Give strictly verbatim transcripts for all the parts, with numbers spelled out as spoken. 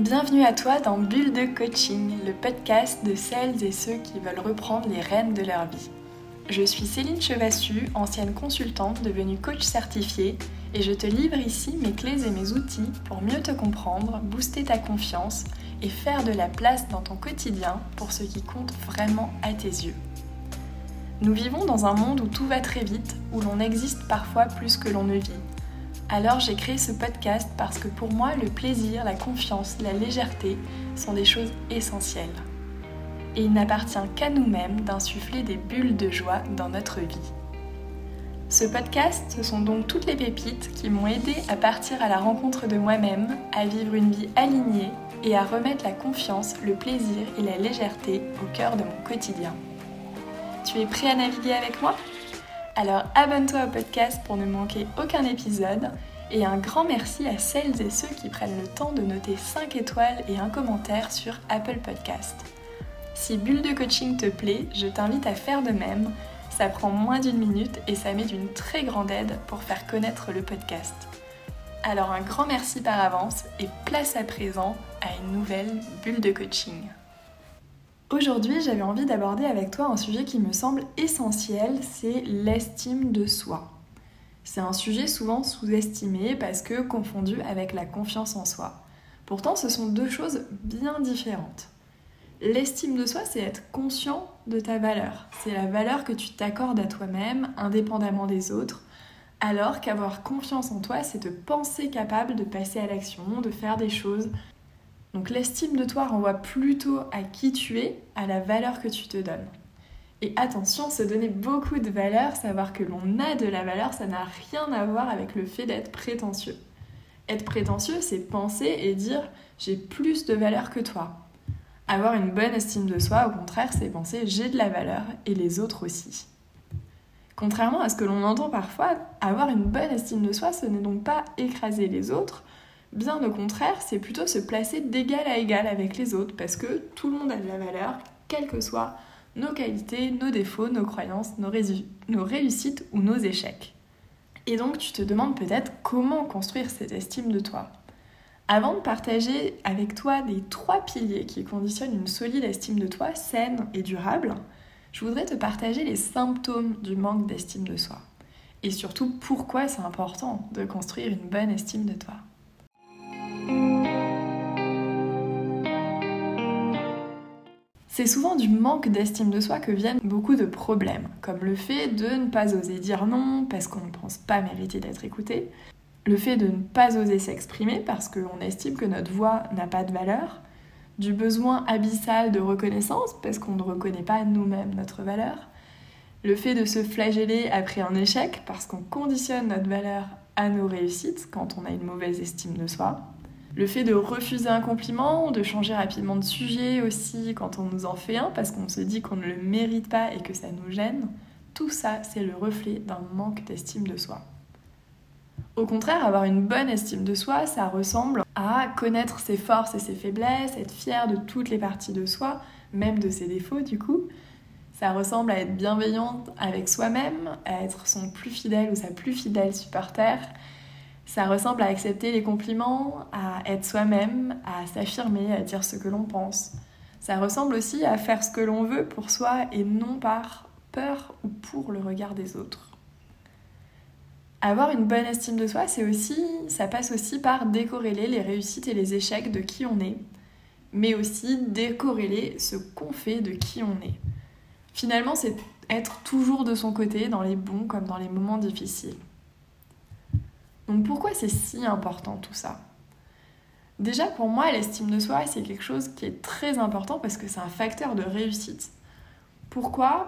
Bienvenue à toi dans Bulle de Coaching, le podcast de celles et ceux qui veulent reprendre les rênes de leur vie. Je suis Céline Chevassus, ancienne consultante devenue coach certifiée, et je te livre ici mes clés et mes outils pour mieux te comprendre, booster ta confiance et faire de la place dans ton quotidien pour ce qui compte vraiment à tes yeux. Nous vivons dans un monde où tout va très vite, où l'on existe parfois plus que l'on ne vit. Alors j'ai créé ce podcast parce que pour moi, le plaisir, la confiance, la légèreté sont des choses essentielles. Et il n'appartient qu'à nous-mêmes d'insuffler des bulles de joie dans notre vie. Ce podcast, ce sont donc toutes les pépites qui m'ont aidé à partir à la rencontre de moi-même, à vivre une vie alignée et à remettre la confiance, le plaisir et la légèreté au cœur de mon quotidien. Tu es prêt à naviguer avec moi ? Alors abonne-toi au podcast pour ne manquer aucun épisode et un grand merci à celles et ceux qui prennent le temps de noter cinq étoiles et un commentaire sur Apple Podcast. Si Bulle de Coaching te plaît, je t'invite à faire de même. Ça prend moins d'une minute et ça m'est d'une très grande aide pour faire connaître le podcast. Alors un grand merci par avance et place à présent à une nouvelle Bulle de Coaching. Aujourd'hui, j'avais envie d'aborder avec toi un sujet qui me semble essentiel, c'est l'estime de soi. C'est un sujet souvent sous-estimé parce que confondu avec la confiance en soi. Pourtant, ce sont deux choses bien différentes. L'estime de soi, c'est être conscient de ta valeur. C'est la valeur que tu t'accordes à toi-même, indépendamment des autres, alors qu'avoir confiance en toi, c'est te penser capable de passer à l'action, de faire des choses. Donc l'estime de toi renvoie plutôt à qui tu es, à la valeur que tu te donnes. Et attention, se donner beaucoup de valeur, savoir que l'on a de la valeur, ça n'a rien à voir avec le fait d'être prétentieux. Être prétentieux, c'est penser et dire « j'ai plus de valeur que toi ». Avoir une bonne estime de soi, au contraire, c'est penser « j'ai de la valeur et les autres aussi ». Contrairement à ce que l'on entend parfois, avoir une bonne estime de soi, ce n'est donc pas écraser les autres. Bien au contraire, c'est plutôt se placer d'égal à égal avec les autres parce que tout le monde a de la valeur, quelles que soient nos qualités, nos défauts, nos croyances, nos, résu- nos réussites ou nos échecs. Et donc tu te demandes peut-être comment construire cette estime de toi. Avant de partager avec toi les trois piliers qui conditionnent une solide estime de toi, saine et durable, je voudrais te partager les symptômes du manque d'estime de soi. Et surtout pourquoi c'est important de construire une bonne estime de toi. C'est souvent du manque d'estime de soi que viennent beaucoup de problèmes, comme le fait de ne pas oser dire non parce qu'on ne pense pas mériter d'être écouté, le fait de ne pas oser s'exprimer parce qu'on estime que notre voix n'a pas de valeur, du besoin abyssal de reconnaissance parce qu'on ne reconnaît pas nous-mêmes notre valeur, le fait de se flageller après un échec parce qu'on conditionne notre valeur à nos réussites quand on a une mauvaise estime de soi, le fait de refuser un compliment, de changer rapidement de sujet aussi quand on nous en fait un parce qu'on se dit qu'on ne le mérite pas et que ça nous gêne, tout ça c'est le reflet d'un manque d'estime de soi. Au contraire, avoir une bonne estime de soi, ça ressemble à connaître ses forces et ses faiblesses, être fier de toutes les parties de soi, même de ses défauts du coup. Ça ressemble à être bienveillante avec soi-même, à être son plus fidèle ou sa plus fidèle supporter. Ça ressemble à accepter les compliments, à être soi-même, à s'affirmer, à dire ce que l'on pense. Ça ressemble aussi à faire ce que l'on veut pour soi et non par peur ou pour le regard des autres. Avoir une bonne estime de soi, c'est aussi, ça passe aussi par décorréler les réussites et les échecs de qui on est, mais aussi décorréler ce qu'on fait de qui on est. Finalement, c'est être toujours de son côté, dans les bons comme dans les moments difficiles. Donc pourquoi c'est si important tout ça ? Déjà pour moi, l'estime de soi, c'est quelque chose qui est très important parce que c'est un facteur de réussite. Pourquoi ?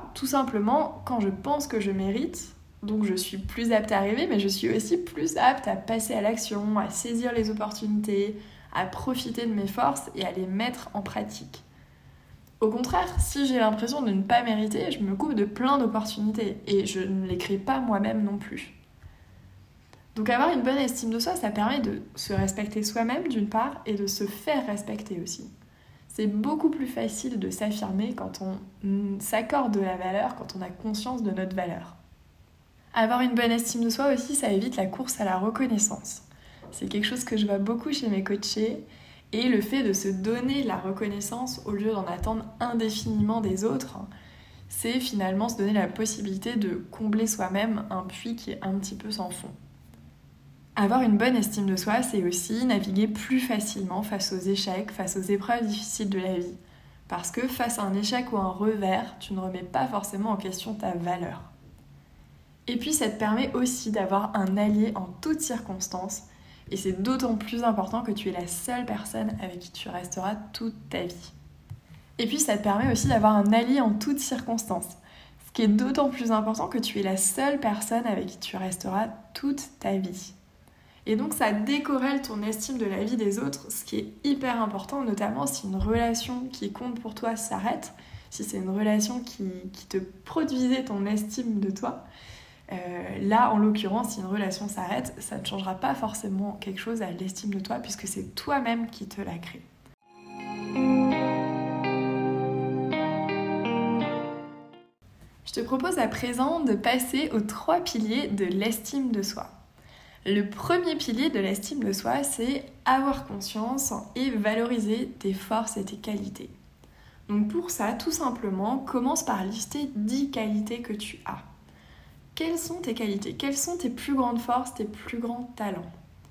Tout simplement, quand je pense que je mérite, donc je suis plus apte à rêver, mais je suis aussi plus apte à passer à l'action, à saisir les opportunités, à profiter de mes forces et à les mettre en pratique. Au contraire, si j'ai l'impression de ne pas mériter, je me coupe de plein d'opportunités et je ne les crée pas moi-même non plus. Donc avoir une bonne estime de soi, ça permet de se respecter soi-même d'une part et de se faire respecter aussi. C'est beaucoup plus facile de s'affirmer quand on s'accorde de la valeur, quand on a conscience de notre valeur. Avoir une bonne estime de soi aussi, ça évite la course à la reconnaissance. C'est quelque chose que je vois beaucoup chez mes coachés Et le fait de se donner la reconnaissance au lieu d'en attendre indéfiniment des autres, c'est finalement se donner la possibilité de combler soi-même un puits qui est un petit peu sans fond. Avoir une bonne estime de soi, c'est aussi naviguer plus facilement face aux échecs, face aux épreuves difficiles de la vie. Parce que face à un échec ou un revers, tu ne remets pas forcément en question ta valeur. Et puis ça te permet aussi d'avoir un allié en toutes circonstances, et c'est d'autant plus important que tu es la seule personne avec qui tu resteras toute ta vie. Et puis ça te permet aussi d'avoir un allié en toutes circonstances, ce qui est d'autant plus important que tu es la seule personne avec qui tu resteras toute ta vie. Et donc ça décorrèle ton estime de la vie des autres, ce qui est hyper important, notamment si une relation qui compte pour toi s'arrête, si c'est une relation qui, qui te produisait ton estime de toi. Euh, là, en l'occurrence, si une relation s'arrête, ça ne changera pas forcément quelque chose à l'estime de toi, puisque c'est toi-même qui te la crée. Je te propose à présent de passer aux trois piliers de l'estime de soi. Le premier pilier de l'estime de soi, c'est avoir conscience et valoriser tes forces et tes qualités. Donc pour ça, tout simplement, commence par lister dix qualités que tu as. Quelles sont tes qualités? Quelles sont tes plus grandes forces, tes plus grands talents?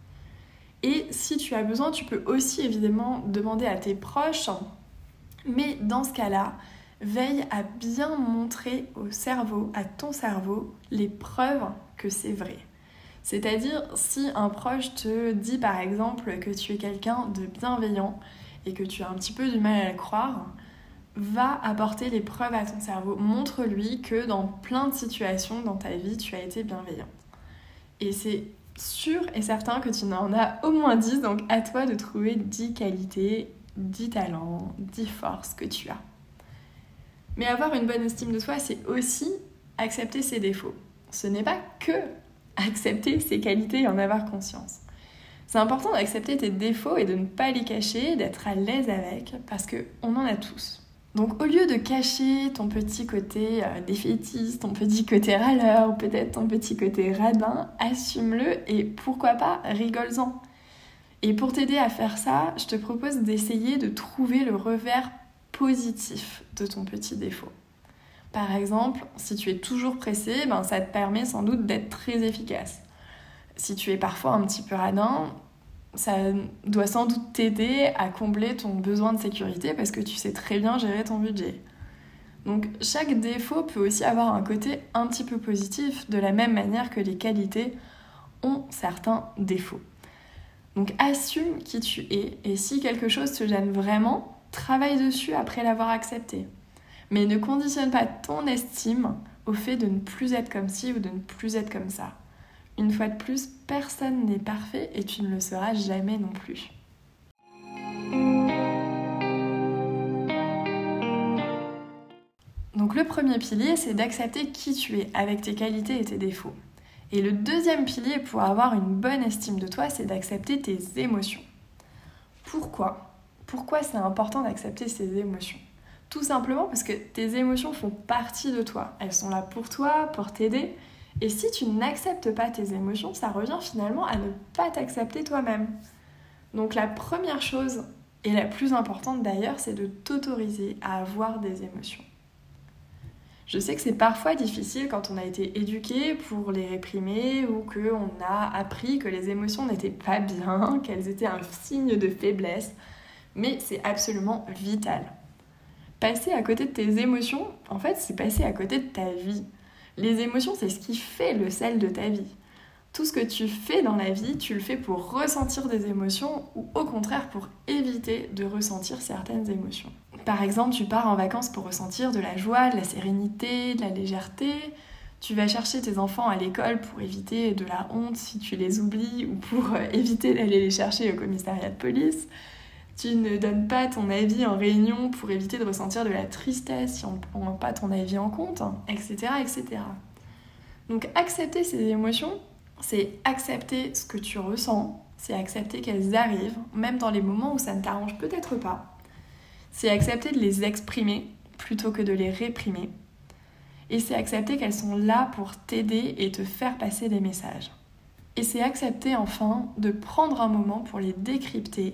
Et si tu as besoin, tu peux aussi évidemment demander à tes proches, mais dans ce cas-là, veille à bien montrer au cerveau, à ton cerveau, les preuves que c'est vrai. C'est-à-dire, si un proche te dit par exemple que tu es quelqu'un de bienveillant et que tu as un petit peu du mal à le croire, va apporter les preuves à ton cerveau. Montre-lui que dans plein de situations dans ta vie, tu as été bienveillant. Et c'est sûr et certain que tu en as au moins dix, donc à toi de trouver dix qualités, dix talents, dix forces que tu as. Mais avoir une bonne estime de soi, c'est aussi accepter ses défauts. Ce n'est pas que accepter ses qualités et en avoir conscience. C'est important d'accepter tes défauts et de ne pas les cacher, d'être à l'aise avec, parce qu'on en a tous. Donc au lieu de cacher ton petit côté euh, défaitiste, ton petit côté râleur, ou peut-être ton petit côté radin, assume-le et pourquoi pas, rigole-en. Et pour t'aider à faire ça, je te propose d'essayer de trouver le revers positif de ton petit défaut. Par exemple, si tu es toujours pressé, ben ça te permet sans doute d'être très efficace. Si tu es parfois un petit peu radin, ça doit sans doute t'aider à combler ton besoin de sécurité parce que tu sais très bien gérer ton budget. Donc chaque défaut peut aussi avoir un côté un petit peu positif, de la même manière que les qualités ont certains défauts. Donc assume qui tu es et si quelque chose te gêne vraiment, travaille dessus après l'avoir accepté. Mais ne conditionne pas ton estime au fait de ne plus être comme ci ou de ne plus être comme ça. Une fois de plus, personne n'est parfait et tu ne le seras jamais non plus. Donc le premier pilier, c'est d'accepter qui tu es avec tes qualités et tes défauts. Et le deuxième pilier pour avoir une bonne estime de toi, c'est d'accepter tes émotions. Pourquoi ? Pourquoi c'est important d'accepter ces émotions ? Tout simplement parce que tes émotions font partie de toi. Elles sont là pour toi, pour t'aider. Et si tu n'acceptes pas tes émotions, ça revient finalement à ne pas t'accepter toi-même. Donc la première chose, et la plus importante d'ailleurs, c'est de t'autoriser à avoir des émotions. Je sais que c'est parfois difficile quand on a été éduqué pour les réprimer ou qu'on a appris que les émotions n'étaient pas bien, qu'elles étaient un signe de faiblesse, mais c'est absolument vital. Passer à côté de tes émotions, en fait, c'est passer à côté de ta vie. Les émotions, c'est ce qui fait le sel de ta vie. Tout ce que tu fais dans la vie, tu le fais pour ressentir des émotions ou au contraire pour éviter de ressentir certaines émotions. Par exemple, tu pars en vacances pour ressentir de la joie, de la sérénité, de la légèreté. Tu vas chercher tes enfants à l'école pour éviter de la honte si tu les oublies ou pour éviter d'aller les chercher au commissariat de police. Tu ne donnes pas ton avis en réunion pour éviter de ressentir de la tristesse si on ne prend pas ton avis en compte, et cetera, et cetera. Donc accepter ces émotions, c'est accepter ce que tu ressens, c'est accepter qu'elles arrivent, même dans les moments où ça ne t'arrange peut-être pas. C'est accepter de les exprimer plutôt que de les réprimer. Et c'est accepter qu'elles sont là pour t'aider et te faire passer des messages. Et c'est accepter enfin de prendre un moment pour les décrypter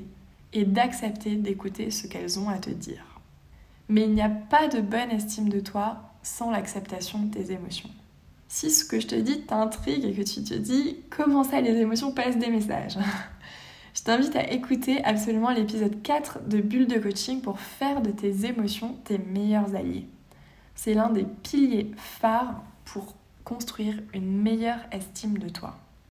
et d'accepter d'écouter ce qu'elles ont à te dire. Mais il n'y a pas de bonne estime de toi sans l'acceptation de tes émotions. Si ce que je te dis t'intrigue et que tu te dis « Comment ça, les émotions passent des messages ?» Je t'invite à écouter absolument l'épisode quatre de Bulle de coaching pour faire de tes émotions tes meilleurs alliés. C'est l'un des piliers phares pour construire une meilleure estime de toi.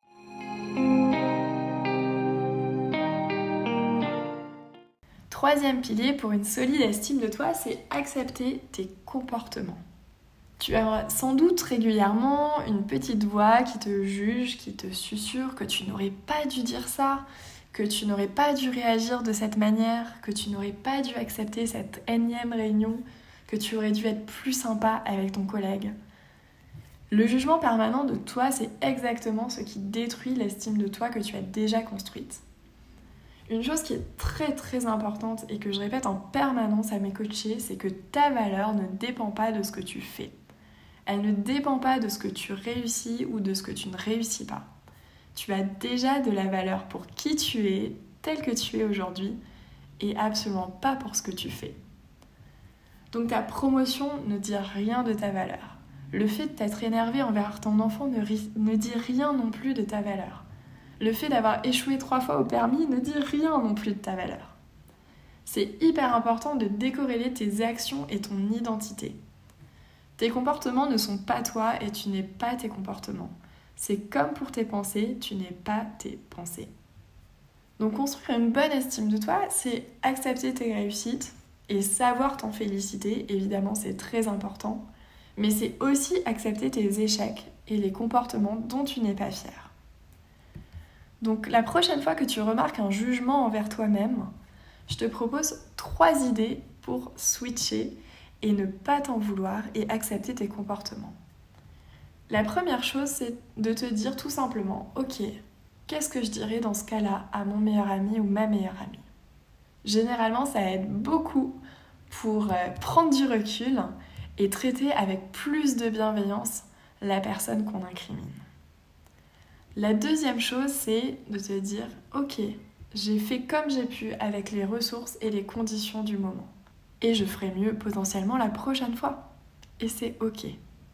Troisième pilier pour une solide estime de toi, c'est accepter tes comportements. Tu as sans doute régulièrement une petite voix qui te juge, qui te susurre que tu n'aurais pas dû dire ça, que tu n'aurais pas dû réagir de cette manière, que tu n'aurais pas dû accepter cette énième réunion, que tu aurais dû être plus sympa avec ton collègue. Le jugement permanent de toi, c'est exactement ce qui détruit l'estime de toi que tu as déjà construite. Une chose qui est très très importante et que je répète en permanence à mes coachés, c'est que ta valeur ne dépend pas de ce que tu fais. Elle ne dépend pas de ce que tu réussis ou de ce que tu ne réussis pas. Tu as déjà de la valeur pour qui tu es, tel que tu es aujourd'hui, et absolument pas pour ce que tu fais. Donc ta promotion ne dit rien de ta valeur. Le fait de t'être énervé envers ton enfant ne, ri- ne dit rien non plus de ta valeur. Le fait d'avoir échoué trois fois au permis ne dit rien non plus de ta valeur. C'est hyper important de décorréler tes actions et ton identité. Tes comportements ne sont pas toi et tu n'es pas tes comportements. C'est comme pour tes pensées, tu n'es pas tes pensées. Donc construire une bonne estime de toi, c'est accepter tes réussites et savoir t'en féliciter, évidemment c'est très important, mais c'est aussi accepter tes échecs et les comportements dont tu n'es pas fier. Donc la prochaine fois que tu remarques un jugement envers toi-même, je te propose trois idées pour switcher et ne pas t'en vouloir et accepter tes comportements. La première chose, c'est de te dire tout simplement « Ok, qu'est-ce que je dirais dans ce cas-là à mon meilleur ami ou ma meilleure amie ?» Généralement, ça aide beaucoup pour prendre du recul et traiter avec plus de bienveillance la personne qu'on incrimine. La deuxième chose, c'est de te dire « Ok, j'ai fait comme j'ai pu avec les ressources et les conditions du moment. Et je ferai mieux potentiellement la prochaine fois. Et c'est ok. »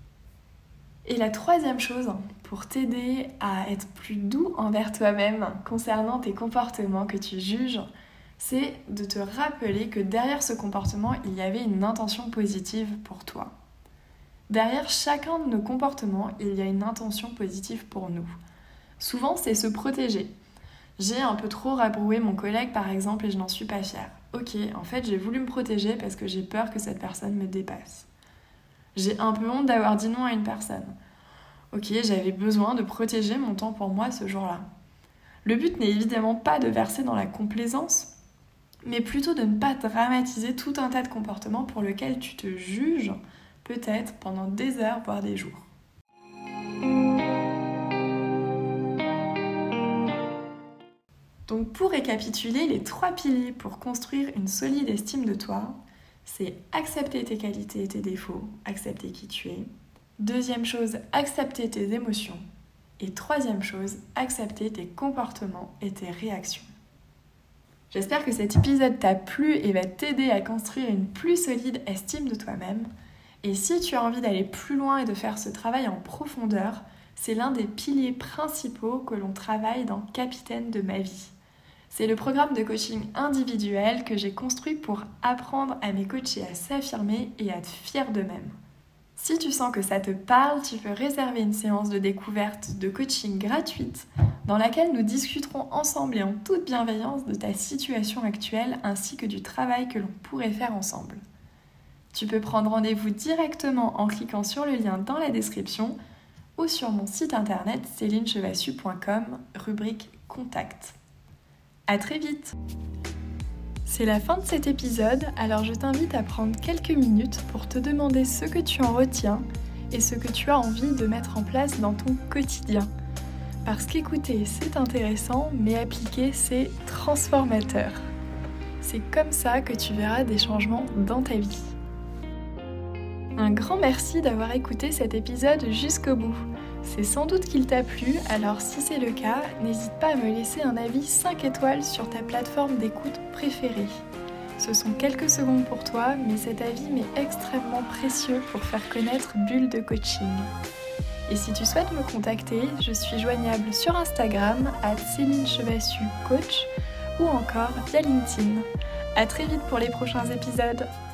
Et la troisième chose, pour t'aider à être plus doux envers toi-même concernant tes comportements que tu juges, c'est de te rappeler que derrière ce comportement, il y avait une intention positive pour toi. Derrière chacun de nos comportements, il y a une intention positive pour nous. Souvent, c'est se protéger. J'ai un peu trop rabroué mon collègue, par exemple, et je n'en suis pas fière. Ok, en fait, j'ai voulu me protéger parce que j'ai peur que cette personne me dépasse. J'ai un peu honte d'avoir dit non à une personne. Ok, j'avais besoin de protéger mon temps pour moi ce jour-là. Le but n'est évidemment pas de verser dans la complaisance, mais plutôt de ne pas dramatiser tout un tas de comportements pour lesquels tu te juges, peut-être pendant des heures, voire des jours. Donc pour récapituler, les trois piliers pour construire une solide estime de toi, c'est accepter tes qualités et tes défauts, accepter qui tu es. Deuxième chose, accepter tes émotions. Et troisième chose, accepter tes comportements et tes réactions. J'espère que cet épisode t'a plu et va t'aider à construire une plus solide estime de toi-même. Et si tu as envie d'aller plus loin et de faire ce travail en profondeur, c'est l'un des piliers principaux que l'on travaille dans Capitaine de ma vie. C'est le programme de coaching individuel que j'ai construit pour apprendre à mes coachés à s'affirmer et à être fiers d'eux-mêmes. Si tu sens que ça te parle, tu peux réserver une séance de découverte de coaching gratuite dans laquelle nous discuterons ensemble et en toute bienveillance de ta situation actuelle ainsi que du travail que l'on pourrait faire ensemble. Tu peux prendre rendez-vous directement en cliquant sur le lien dans la description ou sur mon site internet céline chevassu point com, rubrique Contact. À très vite! C'est la fin de cet épisode, alors je t'invite à prendre quelques minutes pour te demander ce que tu en retiens et ce que tu as envie de mettre en place dans ton quotidien. Parce qu'écouter, c'est intéressant, mais appliquer, c'est transformateur. C'est comme ça que tu verras des changements dans ta vie. Un grand merci d'avoir écouté cet épisode jusqu'au bout. C'est sans doute qu'il t'a plu, alors si c'est le cas, n'hésite pas à me laisser un avis cinq étoiles sur ta plateforme d'écoute préférée. Ce sont quelques secondes pour toi, mais cet avis m'est extrêmement précieux pour faire connaître Bulle de Coaching. Et si tu souhaites me contacter, je suis joignable sur Instagram arobase Céline Chevassu Coach ou encore via LinkedIn. À très vite pour les prochains épisodes.